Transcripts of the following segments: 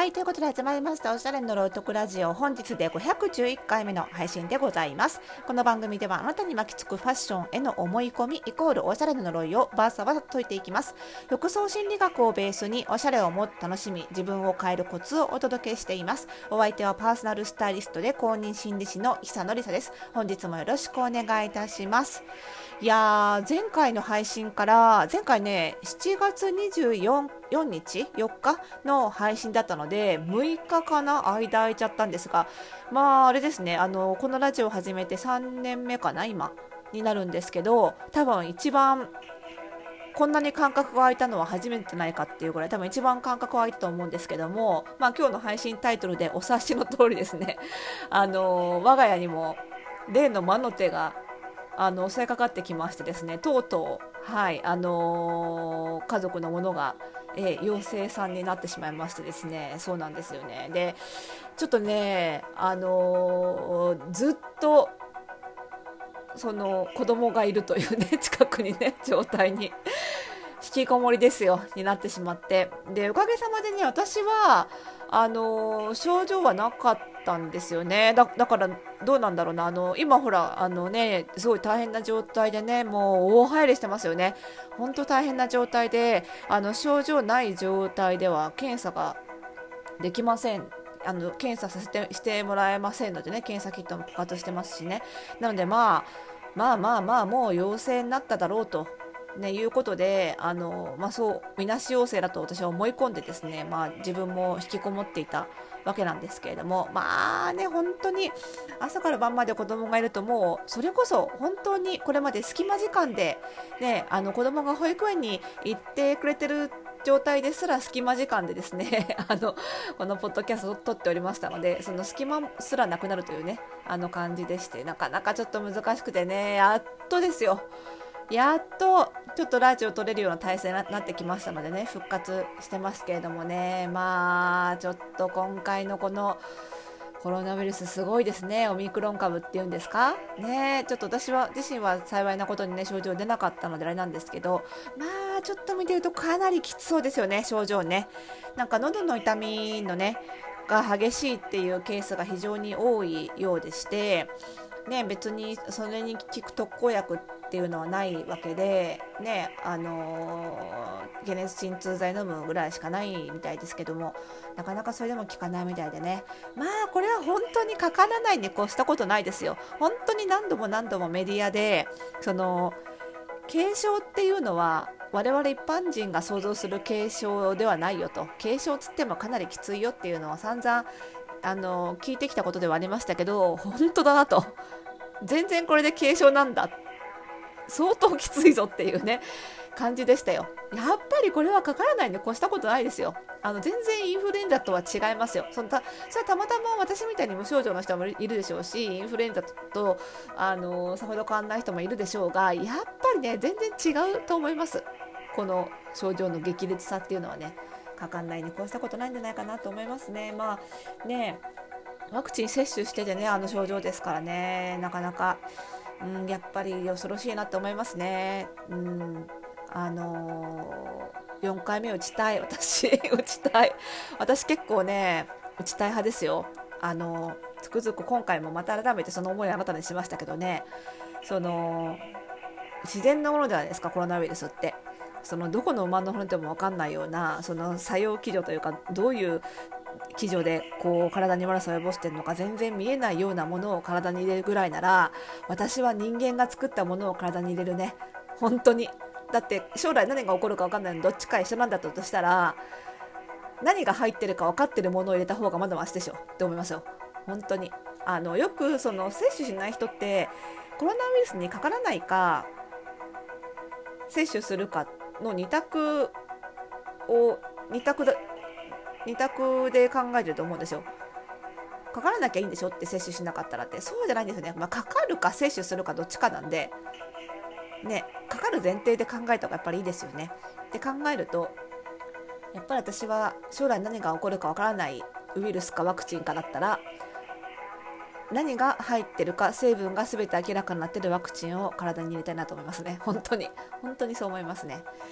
はい、ということで始まりましたおしゃれのロートクラジオ、本日で511回目の配信でございます。この番組ではあなたに巻きつくファッションへの思い込みイコールおしゃれの呪いをバーサバ解いていきます。服装心理学をベースにおしゃれをもっと楽しみ、自分を変えるコツをお届けしています。お相手はパーソナルスタイリストで公認心理師の久野里沙です。本日もよろしくお願いいたします。いやー、前回の配信から前回ね、7月24日4日の配信だったので6日かな、間空いちゃったんですが、まああれですね、このラジオを始めて3年目かな今になるんですけど、多分一番こんなに間隔が空いたのは初めてじゃないかっていうぐらい、多分一番間隔が空いたと思うんですけども、まあ今日の配信タイトルでお察しの通りですね、我が家にも例の魔の手が襲いかかってきましてですね、とうとう、はい、家族のものが、陽性さんになってしまいましてですね、そうなんですよね。で、ちょっとね、ずっとその子供がいるというね、近くにね、状態に引きこもりですよになってしまって、でおかげさまでね、私は症状はなかったんですよね。だからどうなんだろうな、今ほらね、すごい大変な状態でね、もう大流行りしてますよね。本当大変な状態で、症状ない状態では検査ができません。検査してもらえませんのでね、検査キットも枯渇してますしね。なのでまあもう陽性になっただろうと、ね、いうことでそうみなし陽性だと私は思い込んでですね、自分も引きこもっていたわけなんですけれども、本当に朝から晩まで子供がいると、もうそれこそ本当にこれまで隙間時間で、ね、子供が保育園に行ってくれてる状態ですら隙間時間でですねこのポッドキャストを撮っておりましたので、その隙間すらなくなるというね、感じでして、なかなかちょっと難しくてね、やっとですよ、やっとちょっとラジオ撮れるような体制になってきましたのでね、復活してますけれどもね、ちょっと今回のこのコロナウイルスすごいですね。オミクロン株っていうんですかね。ちょっと私は自身は幸いなことにね、症状出なかったのであれなんですけど、ちょっと見てるとかなりきつそうですよね、症状ね。なんか喉の痛みのねが激しいっていうケースが非常に多いようでして、ね、別にそれに効く特効薬っていうのはないわけで、ね、解熱鎮痛剤飲むぐらいしかないみたいですけども、なかなかそれでも効かないみたいでね、これは本当にかからないに越したことないですよ。本当に何度もメディアで、その軽症っていうのは我々一般人が想像する軽症ではないよと、軽症つってもかなりきついよっていうのは散々聞いてきたことではありましたけど、本当だなと、全然これで軽症なんだ、相当きついぞっていうね感じでしたよ。やっぱりこれはかからないに越したことないですよ。全然インフルエンザとは違いますよ。それはたまたま私みたいに無症状の人もいるでしょうし、インフルエンザとさほど変わらない人もいるでしょうが、やっぱりね全然違うと思います。この症状の激烈さっていうのはね、かかんないに越したことないんじゃないかなと思いますね。ワクチン接種しててね、症状ですからね、なかなか、やっぱり恐ろしいなって思いますね。4回目打ちたい、私打ちたい、私結構ね打ちたい派ですよ。つくづく今回もまた改めてその思いをあなたにしましたけどね、その自然なものじゃないですか、コロナウイルスって。そのどこの馬の骨でも分かんないような、その作用基準というか、どういう基準でこう体に悪さを及ぼしているのか全然見えないようなものを体に入れるぐらいなら、私は人間が作ったものを体に入れるね、本当に。だって将来何が起こるか分かんないのにどっちか一緒なんだとしたら、何が入ってるか分かってるものを入れた方がまだマシでしょって思いますよ、本当に。よくその接種しない人ってコロナウイルスにかからないか接種するかの2択を2択で考えてると思うんですよ。かからなきゃいいんでしょって、接種しなかったらって。そうじゃないんですよね。かかるか接種するかどっちかなんでね、かかる前提で考えた方がやっぱりいいですよね。で考えると、やっぱり私は将来何が起こるかわからないウイルスかワクチンかだったら、何が入ってるか成分が全て明らかになってるワクチンを体に入れたいなと思いますね。本当にそう思いますね。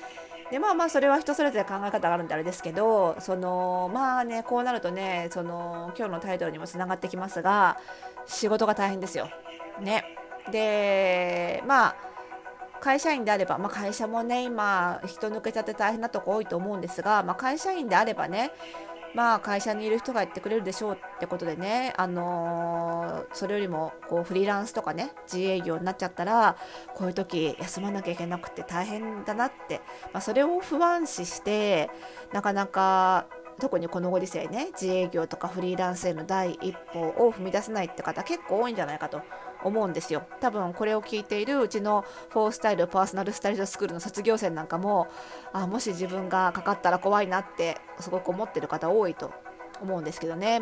でまあそれは人それぞれ考え方があるんであれですけど、まあね、こうなるとね、今日のタイトルにもつながってきますが、仕事が大変ですよね。でまあ会社員であれば、会社もね今人抜けちゃって大変なとこ多いと思うんですが、会社員であればね、会社にいる人がやってくれるでしょうってことでね、それよりもこうフリーランスとかね自営業になっちゃったら、こういう時休まなきゃいけなくて大変だなって、それを不安視してなかなか、特にこのご時世ね、自営業とかフリーランスへの第一歩を踏み出せないって方結構多いんじゃないかと思うんですよ。多分これを聞いているうちのフォースタイルパーソナルスタイルスクールの卒業生なんかも、もし自分がかかったら怖いなってすごく思ってる方多いと思うんですけどね。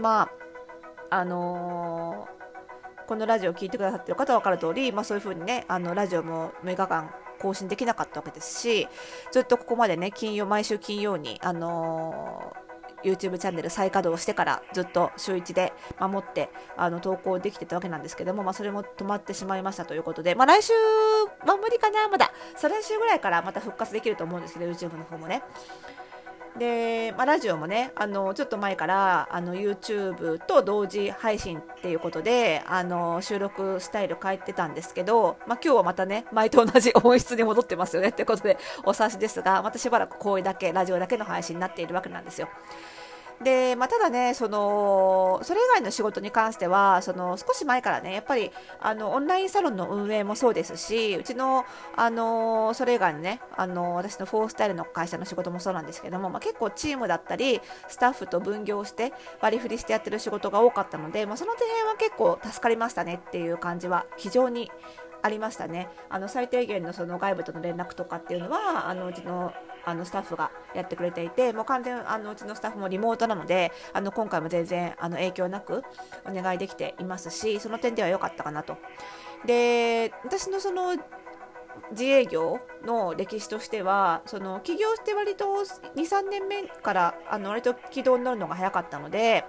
このラジオを聞いてくださってる方は分かる通り、そういう風にね、ラジオも6日間更新できなかったわけですし、ずっとここまでね毎週金曜にYouTube チャンネル再稼働してからずっと週1で守って投稿できてたわけなんですけども、それも止まってしまいましたということで、来週は無理かな、まだ再来週ぐらいからまた復活できると思うんですけど、 YouTube の方もね。で、ラジオもねちょっと前からYouTube と同時配信っていうことで収録スタイル変えてたんですけど、今日はまたね前と同じ音質に戻ってますよねってことでお察しですが、またしばらくこういうだけラジオだけの配信になっているわけなんですよ。でただね、それ以外の仕事に関しては少し前からね、やっぱりオンラインサロンの運営もそうですし、うちの、それ以外のね私のフォースタイルの会社の仕事もそうなんですけども、結構チームだったりスタッフと分業して割り振りしてやってる仕事が多かったので、その点は結構助かりましたねっていう感じは非常にありましたね。最低限のその外部との連絡とかっていうのはうちのスタッフがやってくれていて、もう完全うちのスタッフもリモートなので今回も全然影響なくお願いできていますし、その点では良かったかなと。で、私のその自営業の歴史としては、起業して割と 2,3 年目から割と軌道に乗るのが早かったので、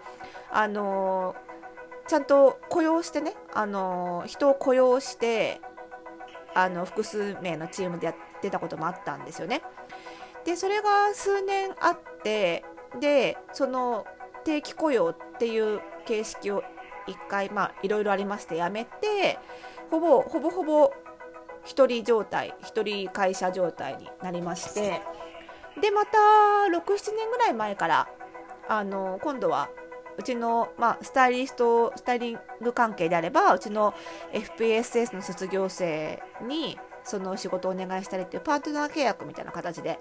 ちゃんと雇用してね、人を雇用して複数名のチームでやってたこともあったんですよね。でそれが数年あって、でその定期雇用っていう形式を一回いろいろありましてやめて、ほぼ一人会社状態になりまして、でまた 6,7 年ぐらい前から今度はうちの、スタイリング関係であれば、うちの FPSS の卒業生にその仕事をお願いしたりっていうパートナー契約みたいな形で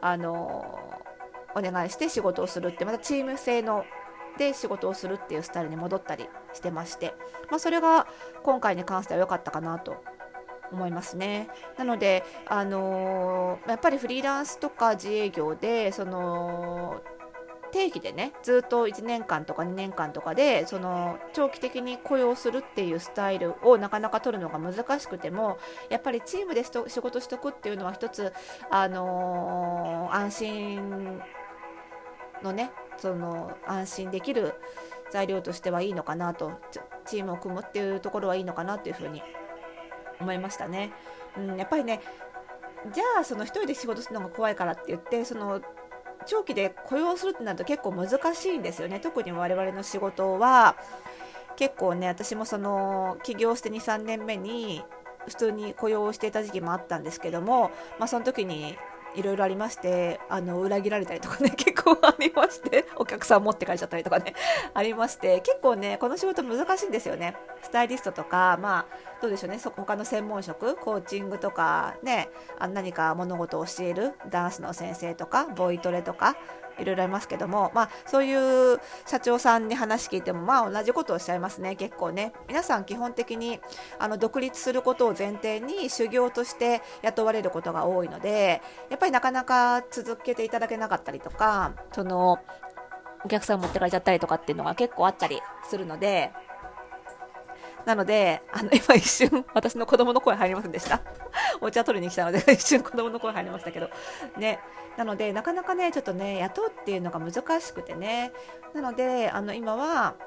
お願いして仕事をするって、またチーム制ので仕事をするっていうスタイルに戻ったりしてまして、それが今回に関しては良かったかなと思いますね。なので、やっぱりフリーランスとか自営業で定期でねずっと1年間とか2年間とかで長期的に雇用するっていうスタイルをなかなか取るのが難しくても、やっぱりチームで仕事しとくっていうのは一つ、安心のね安心できる材料としてはいいのかなと、チームを組むっていうところはいいのかなというふうに思いましたね。やっぱりね、じゃあ一人で仕事するのが怖いからって言って長期で雇用するってなると結構難しいんですよね。特に我々の仕事は結構ね、私も起業して 2,3 年目に普通に雇用していた時期もあったんですけども、その時にいろいろありまして、裏切られたりとかね結構ありまして、お客さん持って帰っちゃったりとかねありまして、結構ねこの仕事難しいんですよね。スタイリストとかどうでしょうね、他の専門職、コーチングとかね、何か物事を教えるダンスの先生とかボイトレとかいろいろありますけども、そういう社長さんに話聞いても同じことをおっしゃいますね。結構ね、皆さん基本的に独立することを前提に修行として雇われることが多いので、やっぱりなかなか続けていただけなかったりとか、お客さん持ってかれちゃったりとかっていうのが結構あったりするので、なので今一瞬私の子供の声入りませんでしたお茶取りに来たので一瞬子供の声入りましたけどね。なのでなかなかねちょっとね雇うっていうのが難しくてね、なので今は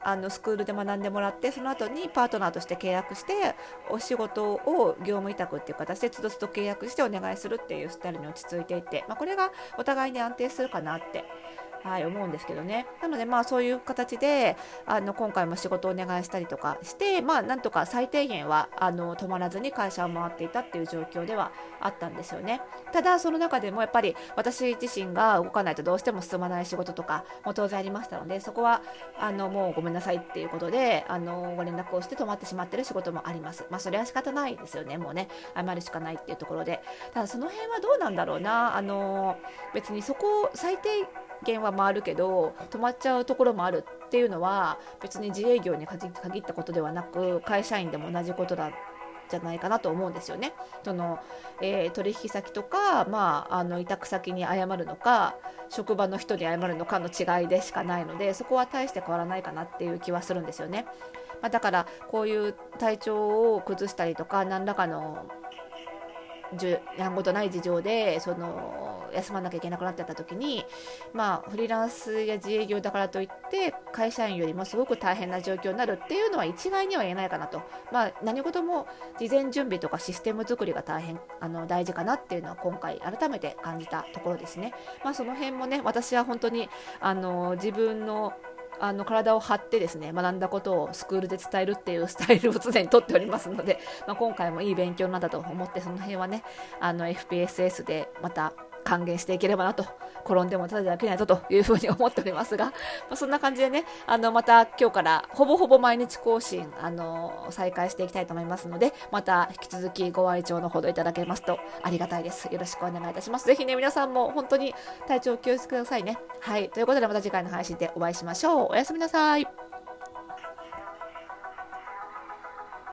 スクールで学んでもらって、その後にパートナーとして契約してお仕事を業務委託っていう形でつどつど契約してお願いするっていうスタイルに落ち着いていて、これがお互いに安定するかなって思うんですけどね。なのでそういう形で今回も仕事をお願いしたりとかして、なんとか最低限は止まらずに会社を回っていたっていう状況ではあったんですよね。ただその中でもやっぱり私自身が動かないとどうしても進まない仕事とかも当然ありましたので、そこはもうごめんなさいっていうことでご連絡をして止まってしまっている仕事もあります。それは仕方ないですよね。もうね謝るしかないっていうところで、ただその辺はどうなんだろうな。別にそこを最低限は回るけど止まっちゃうところもあるっていうのは別に自営業に限ったことではなく、会社員でも同じことだじゃないかなと思うんですよね。取引先とか、委託先に謝るのか職場の人に謝るのかの違いでしかないので、そこは大して変わらないかなっていう気はするんですよね。だからこういう体調を崩したりとか何らかのやんごとない事情で休まなきゃいけなくなってた時に、フリーランスや自営業だからといって会社員よりもすごく大変な状況になるっていうのは一概には言えないかなと。何事も事前準備とかシステム作りが大事かなっていうのは今回改めて感じたところですね。その辺もね、私は本当に自分の体を張ってですね学んだことをスクールで伝えるっていうスタイルを常にとっておりますので、今回もいい勉強になったと思って、その辺はねFPSS でまた還元していければなと、転んでもただで飽きないぞというふうに思っておりますが、そんな感じでねまた今日からほぼほぼ毎日更新再開していきたいと思いますので、また引き続きご愛聴のほどいただけますとありがたいです。よろしくお願いいたします。ぜひね皆さんも本当に体調お気をつけくださいね。はい、ということでまた次回の配信でお会いしましょう。おやすみなさい。